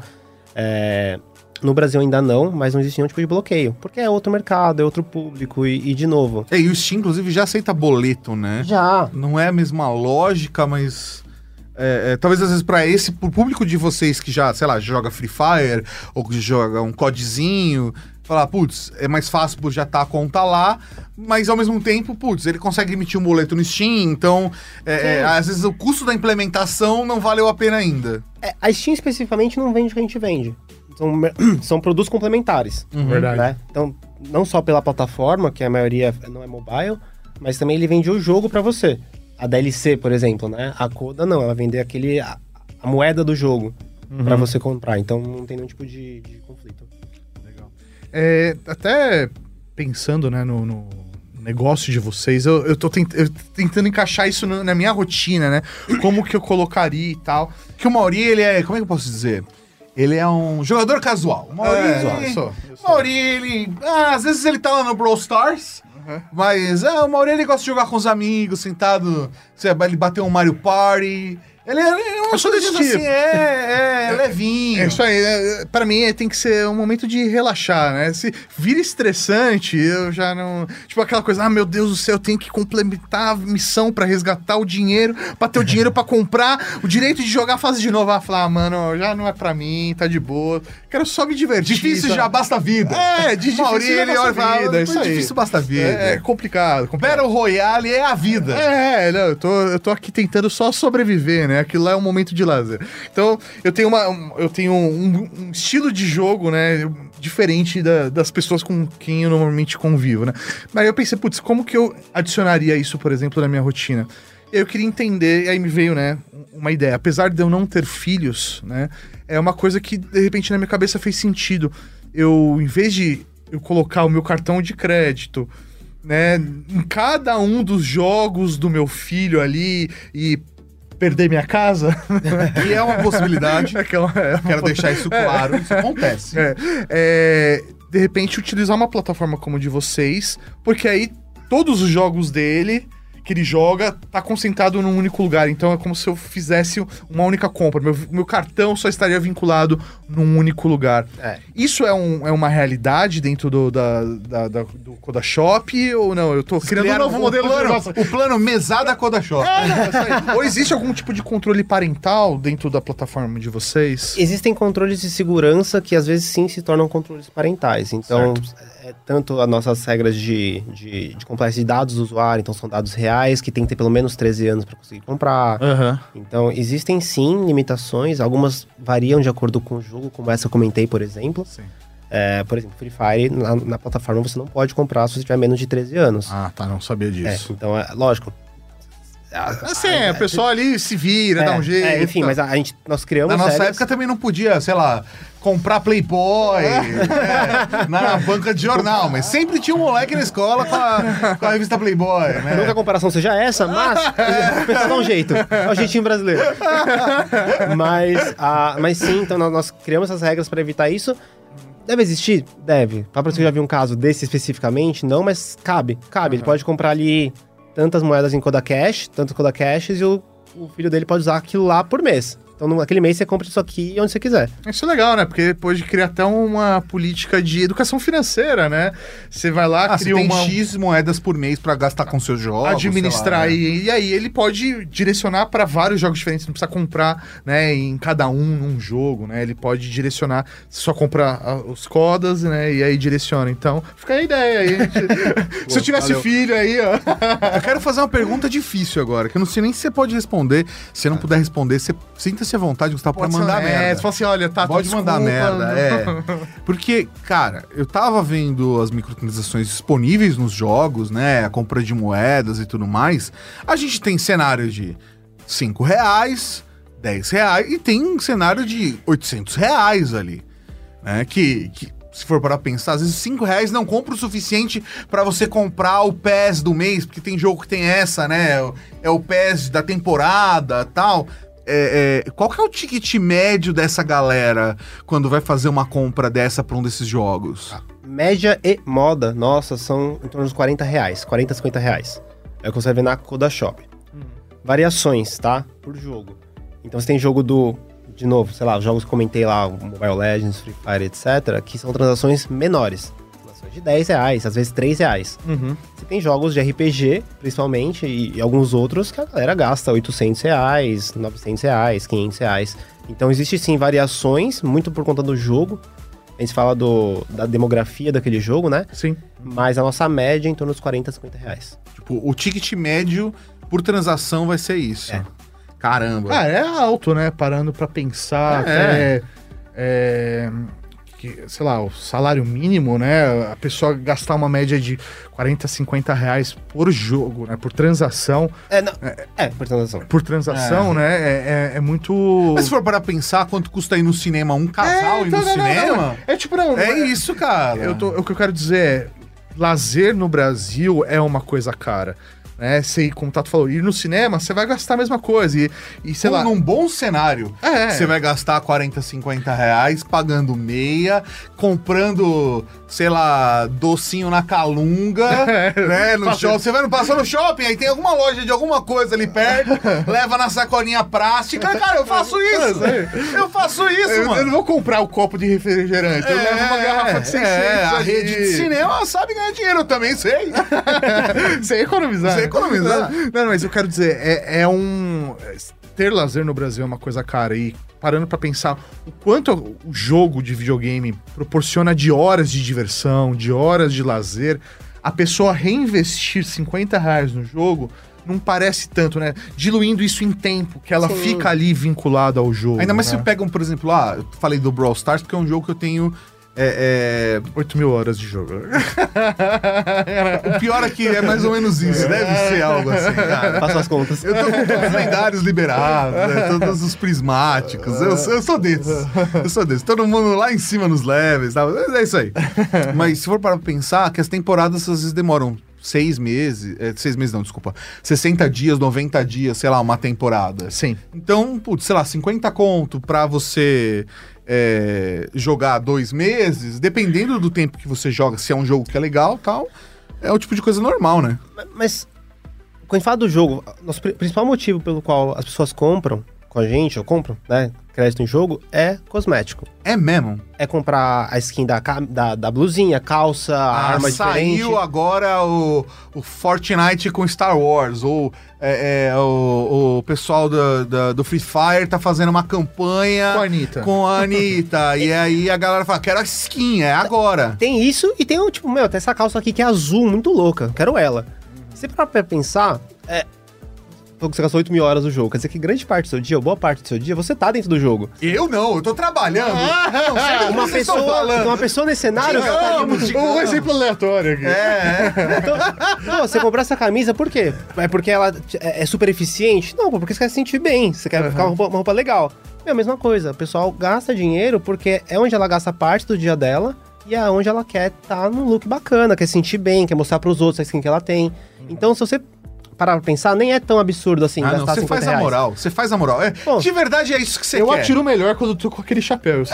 No Brasil ainda não, mas não existe nenhum tipo de bloqueio. Porque é outro mercado, é outro público e de novo...
E o Steam, inclusive, já aceita boleto, né?
Já.
Não é a mesma lógica, mas... talvez, às vezes, pro público de vocês que já, sei lá, joga Free Fire, ou que joga um codezinho... Falar, putz, é mais fácil por já estar a conta lá, mas ao mesmo tempo, putz, ele consegue emitir um boleto no Steam, então, às vezes, o custo da implementação não valeu a pena ainda.
A Steam, especificamente, não vende o que a gente vende. São produtos complementares.
Verdade.
Né? Então, não só pela plataforma, que a maioria não é mobile, mas também ele vende o jogo pra você. A DLC, por exemplo, né? A Coda não, ela vende a moeda do jogo pra você comprar. Então, não tem nenhum tipo de conflito.
Legal. Até pensando, né, no negócio de vocês, eu tô tentando encaixar isso na minha rotina, né? Como que eu colocaria e tal.
Que o Mauri, ele é... Como é que eu posso dizer? Ele é um jogador casual. O Mauri, ele... às vezes ele tá lá no Brawl Stars, mas o Mauri, ele gosta de jogar com os amigos, sentado, ele bateu um Mario Party... Ele é uma coisa assim, levinho.
Isso aí, pra mim tem que ser um momento de relaxar, né? Se vira estressante, eu já não... Tipo aquela coisa, meu Deus do céu, eu tenho que complementar a missão pra resgatar o dinheiro, pra ter o dinheiro pra comprar, o direito de jogar a fase de novo. Falar, mano, já não é pra mim, tá de boa, quero só me divertir.
Difícil já basta a vida.
Difícil já basta a vida, isso aí.
Difícil basta a vida.
É complicado.
Battle Royale é a vida.
Eu tô aqui tentando só sobreviver, né? Aquilo lá é um momento de lazer. Então, eu tenho um estilo de jogo, né, diferente das pessoas com quem eu normalmente convivo, né? Mas eu pensei, putz, como que eu adicionaria isso, por exemplo, na minha rotina? Eu queria entender, e aí me veio, né, uma ideia. Apesar de eu não ter filhos, né, é uma coisa que, de repente, na minha cabeça fez sentido. Em vez de eu colocar o meu cartão de crédito, né, em cada um dos jogos do meu filho ali e perder minha casa.
E é uma possibilidade. Quero deixar isso claro, isso acontece.
De repente, utilizar uma plataforma como a de vocês, porque aí todos os jogos dele que ele joga tá concentrado num único lugar. Então é como se eu fizesse uma única compra. Meu cartão só estaria vinculado num único lugar. Isso é uma realidade dentro do Kodashop ou não? Eu tô criando um novo modelo de negócio.
O plano mesada Kodashop.
Ou existe algum tipo de controle parental dentro da plataforma de vocês?
Existem controles de segurança que às vezes sim se tornam controles parentais. Então, tanto as nossas regras de compliance de dados do usuário, então são dados reais, que tem que ter pelo menos 13 anos para conseguir comprar. Então, existem sim limitações, algumas variam de acordo com o jogo, como essa eu comentei, por exemplo.
Sim.
Por exemplo, Free Fire, na plataforma você não pode comprar se você tiver menos de 13 anos.
Não sabia disso.
Então, lógico.
O pessoal ali se vira, dá um jeito.
Enfim, mas nós criamos
na nossa época também não podia, sei lá, comprar Playboy na banca de jornal, mas sempre tinha um moleque na escola com a revista Playboy, né?
Não que a comparação seja essa, mas o pessoal dá um jeito. É o jeitinho brasileiro. Mas sim, então nós criamos essas regras para evitar isso. Deve existir? Deve. Para você já viu um caso desse especificamente? Não, mas cabe. Ele pode comprar ali tantas moedas em Kodacash, tantos Kodacashs, e o filho dele pode usar aquilo lá por mês. Então, naquele mês, você compra isso aqui onde você quiser.
Isso é legal, né? Porque pode criar até uma política de educação financeira, né? Você vai lá, cria
tem X moedas por mês pra gastar com seus jogos.
Administrar, e aí ele pode direcionar para vários jogos diferentes. Não precisa comprar, né, em cada num jogo, né? Ele pode direcionar, só comprar os codas, né? E aí direciona. Então, fica a ideia aí. Se eu tivesse filho aí, ó.
Eu quero fazer uma pergunta difícil agora, que eu não sei nem se você pode responder. Se não puder responder, você sinta-se à vontade, Gustavo, pra mandar merda.
Você fala assim, olha,
pode mandar merda, Porque, cara, eu tava vendo as microtransações disponíveis nos jogos, né? A compra de moedas e tudo mais. A gente tem cenário de R$5, R$10 e tem um cenário de R$800 ali, né? Que se for para pensar, às vezes R$5 não compra o suficiente para você comprar o PES do mês, porque tem jogo que tem essa, né? É o PES da temporada, tal. Qual que é o ticket médio dessa galera quando vai fazer uma compra dessa pra um desses jogos?
Média e moda, nossa, são em torno dos R$40, R$40, R$50. É o que você vai ver na Kodashop. Variações, tá? Por jogo. Então você tem jogo de novo, sei lá, os jogos que comentei lá, Mobile Legends, Free Fire, etc., que são transações menores. De R$10, às vezes R$3. Você tem jogos de RPG, principalmente, e alguns outros que a galera gasta R$800, R$900, R$500. Então existe sim variações, muito por conta do jogo. A gente fala da demografia daquele jogo, né?
Sim.
Mas a nossa média é em torno dos R$40, R$50.
Tipo, o ticket médio por transação vai ser isso. Caramba.
É alto, né? Parando pra pensar sei lá, o salário mínimo, né? A pessoa gastar uma média de R$40, R$50 por jogo, né? Por transação.
Por transação.
Por transação, né? É muito...
Mas se for para pensar quanto custa ir no cinema um casal ir no cinema...
Não.
Isso, cara.
O que eu quero dizer é, lazer no Brasil é uma coisa cara. Né? Você, como o Tato falou, ir no cinema, você vai gastar a mesma coisa. E sei lá.
Num bom cenário, você vai gastar R$40, R$50 pagando meia, comprando, sei lá, docinho na Calunga, né? No shopping. Você vai passar no shopping, aí tem alguma loja de alguma coisa ali perto, leva na sacolinha plástica. Cara, eu faço isso! Mano.
Eu não vou comprar o copo de refrigerante, eu levo uma garrafa de 600.
A rede de cinema sabe ganhar dinheiro, eu também sei.
Sei economizar. Não, mas eu quero dizer, ter lazer no Brasil é uma coisa cara. E parando pra pensar o quanto o jogo de videogame proporciona de horas de diversão, de horas de lazer, a pessoa reinvestir R$50 no jogo não parece tanto, né? Diluindo isso em tempo, que ela fica ali vinculada ao jogo.
Ainda mais se pegam, por exemplo, eu falei do Brawl Stars, porque é um jogo que eu tenho
8.000 horas de jogo.
O pior é que é mais ou menos isso. Deve ser algo assim, cara.
Faço as contas.
Eu tô com todos os lendários liberados, né? Todos os prismáticos. Eu sou desses. Todo mundo lá em cima nos levels. Tá? É isso aí. Mas se for para pensar, que as temporadas às vezes demoram 6 meses... 6 meses não, desculpa. 60 dias, 90 dias, sei lá, uma temporada.
Sim.
Então, putz, sei lá, 50 conto pra você jogar 2 meses, dependendo do tempo que você joga, se é um jogo que é legal e tal, é o tipo de coisa normal, né?
Mas, quando a gente fala do jogo, nosso principal motivo pelo qual as pessoas compram com a gente, ou compram, né, crédito em jogo, é cosmético.
É mesmo?
É comprar a skin da blusinha, calça, arma diferente.
Saiu agora o Fortnite com Star Wars, ou o pessoal do Free Fire tá fazendo uma campanha com a Anitta. E aí a galera fala, quero a skin, é agora.
Tem isso e tem o tipo, tem essa calça aqui que é azul, muito louca, quero ela. Se pra pensar, você gastou 8 mil horas no jogo. Quer dizer que grande parte do seu dia, ou boa parte do seu dia, você tá dentro do jogo.
Eu não, eu tô trabalhando.
Uma pessoa nesse cenário...
Um exemplo aleatório aqui.
Então, você comprar essa camisa, por quê? É porque ela é super eficiente? Não, porque você quer se sentir bem, você quer ficar uma roupa legal. É a mesma coisa, o pessoal gasta dinheiro porque é onde ela gasta parte do dia dela e é onde ela quer estar num look bacana, quer se sentir bem, quer mostrar pros outros a skin que ela tem. Então, se você parar pra pensar, nem é tão absurdo assim gastar
não, você faz a moral, você faz a moral.
Bom,
de verdade é isso que você quer.
Eu atiro melhor quando eu tô com aquele chapéu.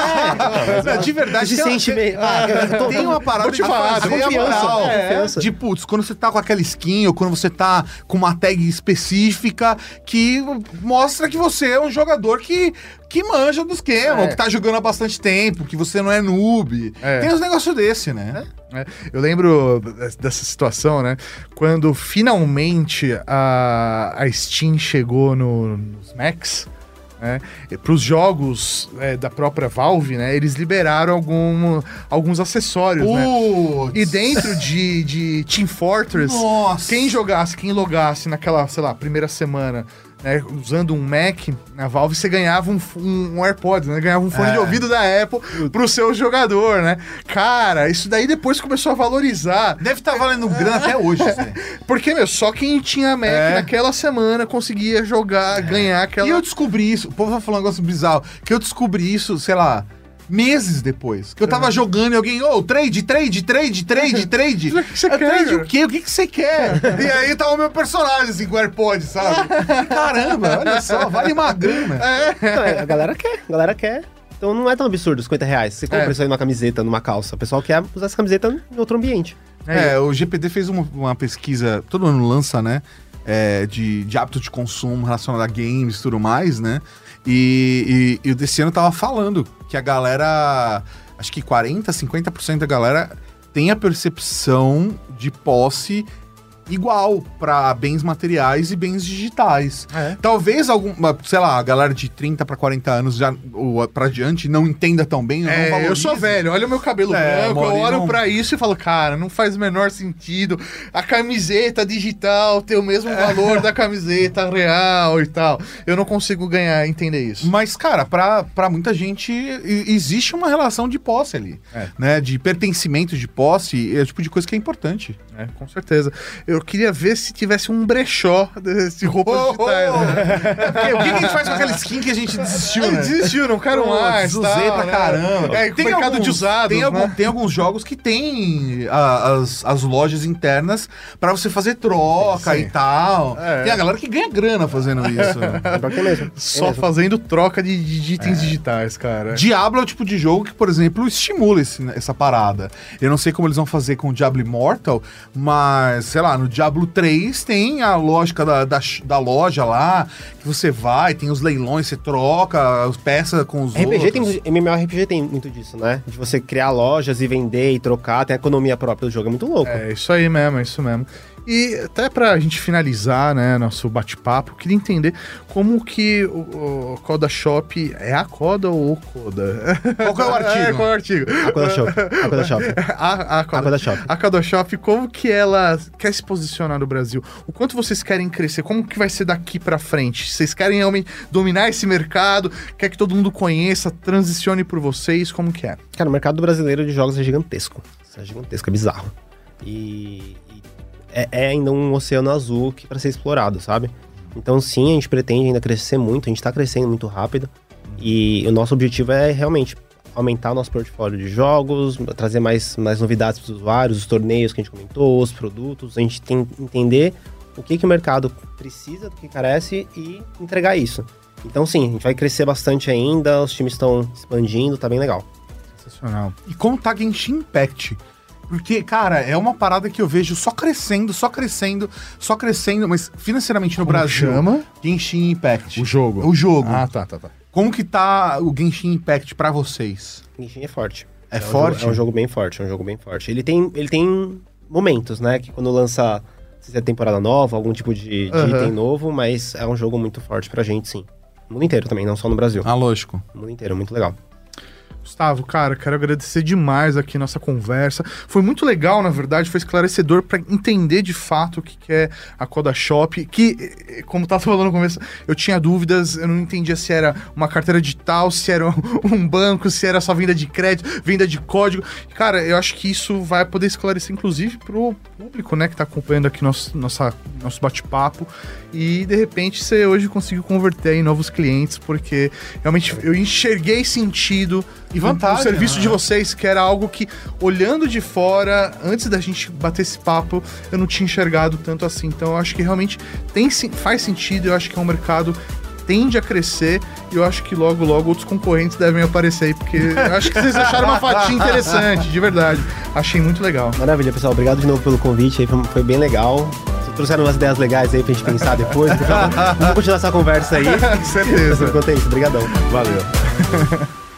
De verdade,
você se sente meio...
tem uma parada de fazer
confiança.
De putz, quando você tá com aquela skin ou quando você tá com uma tag específica que mostra que você é um jogador que manja do esquema, ou que tá jogando há bastante tempo, que você não é noob. Tem uns negócios desse, né?
Eu lembro dessa situação, né? Quando finalmente a Steam chegou nos Macs, né? Para os jogos da própria Valve, né? Eles liberaram alguns acessórios, né? E dentro de Team Fortress, quem logasse naquela, sei lá, primeira semana, né, usando um Mac na Valve, você ganhava um AirPods, né? Ganhava um fone de ouvido da Apple pro seu jogador, né? Cara, isso daí depois começou a valorizar.
Deve estar valendo grana até hoje.
Porque, só quem tinha Mac naquela semana conseguia jogar, ganhar aquela...
E eu descobri isso, o povo vai falar um negócio bizarro, que eu descobri isso, sei lá, meses depois. Que eu tava jogando e alguém, trade.
O que você quer?
Trade o quê? O que você quer? E aí tava o meu personagem, assim, com o AirPod, sabe? Caramba, olha só, vale uma grana.
A galera quer. Então não é tão absurdo, 50 reais. Você compra isso aí numa camiseta, numa calça. O pessoal quer usar essa camiseta em outro ambiente.
O GPD fez uma pesquisa, todo ano lança, né? De hábito de consumo relacionado a games e tudo mais, né? E o desse ano tava falando que a galera, acho que 50% da galera tem a percepção de posse igual para bens materiais e bens digitais. Talvez sei lá, a galera de 30 para 40 anos já ou para diante não entenda tão bem,
eu sou velho, olha o meu cabelo branco, eu olho para isso e falo, cara, não faz o menor sentido a camiseta digital ter o mesmo valor da camiseta real e tal. Eu não consigo entender isso.
Mas, cara, para muita gente existe uma relação de posse ali, né? De pertencimento de posse, é o tipo de coisa que é importante.
Com certeza. Eu queria ver se tivesse um brechó desse roupas digitais.
Né? O que a gente faz com aquela skin que a gente desistiu, né?
Desistiu, não quero mais.
Usei pra caramba.
Tem mercado de usados,
tem alguns jogos que tem as lojas internas pra você fazer troca e tal. Tem a galera que ganha grana fazendo isso.
Só fazendo troca de itens digitais, cara.
Diablo é o tipo de jogo que, por exemplo, estimula essa parada. Eu não sei como eles vão fazer com o Diablo Immortal, mas, sei lá, no Diablo 3 tem a lógica da loja lá, que você vai, tem os leilões, você troca as peças com os outros.
MMORPG tem muito disso, né? De você criar lojas e vender e trocar, tem a economia própria do jogo, é muito louco.
É isso aí mesmo, é isso mesmo. E até pra gente finalizar, né, nosso bate-papo, queria entender como que o Coda Shop é a Coda ou o Coda?
Qual que é o artigo?
Qual é o artigo?
A Coda Shop.
A Coda Shop. A Coda Shop, como que ela quer se posicionar no Brasil? O quanto vocês querem crescer? Como que vai ser daqui pra frente? Vocês querem realmente dominar esse mercado? Quer que todo mundo conheça, transicione por vocês? Como que é?
Cara, o mercado brasileiro de jogos é gigantesco. É gigantesco, é bizarro. E é ainda um oceano azul para ser explorado, sabe? Então sim, a gente pretende ainda crescer muito, a gente tá crescendo muito rápido. E o nosso objetivo é realmente aumentar o nosso portfólio de jogos, trazer mais novidades para os usuários, os torneios que a gente comentou, os produtos. A gente tem que entender o que o mercado precisa, do que carece e entregar isso. Então sim, a gente vai crescer bastante ainda, os times estão expandindo, tá bem legal.
Sensacional. E como tá Genshin Impact? Porque, cara, é uma parada que eu vejo só crescendo, mas financeiramente no Brasil...
chama?
Genshin Impact.
O jogo?
O jogo.
Ah, tá.
Como que tá o Genshin Impact pra vocês?
Genshin é forte.
É forte?
É um jogo bem forte, Ele tem momentos, né, que quando lança, se é temporada nova, algum tipo de item novo, mas é um jogo muito forte pra gente, sim. No mundo inteiro também, não só no Brasil.
Ah, lógico.
No mundo inteiro, muito legal.
Gustavo, cara, quero agradecer demais aqui nossa conversa. Foi muito legal, na verdade, foi esclarecedor para entender de fato o que é a Coda Shop, que, como tava falando no começo, eu tinha dúvidas, eu não entendia se era uma carteira digital, se era um banco, se era só venda de crédito, venda de código. Cara, eu acho que isso vai poder esclarecer, inclusive, pro público, né, que tá acompanhando aqui nosso bate-papo. E, de repente, você hoje conseguiu converter em novos clientes, porque realmente eu enxerguei sentido
e vantagem
no serviço de vocês, que era algo que, olhando de fora, antes da gente bater esse papo, eu não tinha enxergado tanto assim. Então, eu acho que realmente faz sentido, eu acho que é um mercado que tende a crescer, e eu acho que logo, logo outros concorrentes devem aparecer aí, porque eu acho que vocês acharam uma fatia interessante, de verdade. Achei muito legal.
Maravilha, pessoal. Obrigado de novo pelo convite, aí foi bem legal. Trouxeram umas ideias legais aí pra gente pensar depois. Vamos continuar essa conversa aí.
Com certeza.
Enquanto é isso, obrigadão.
Valeu.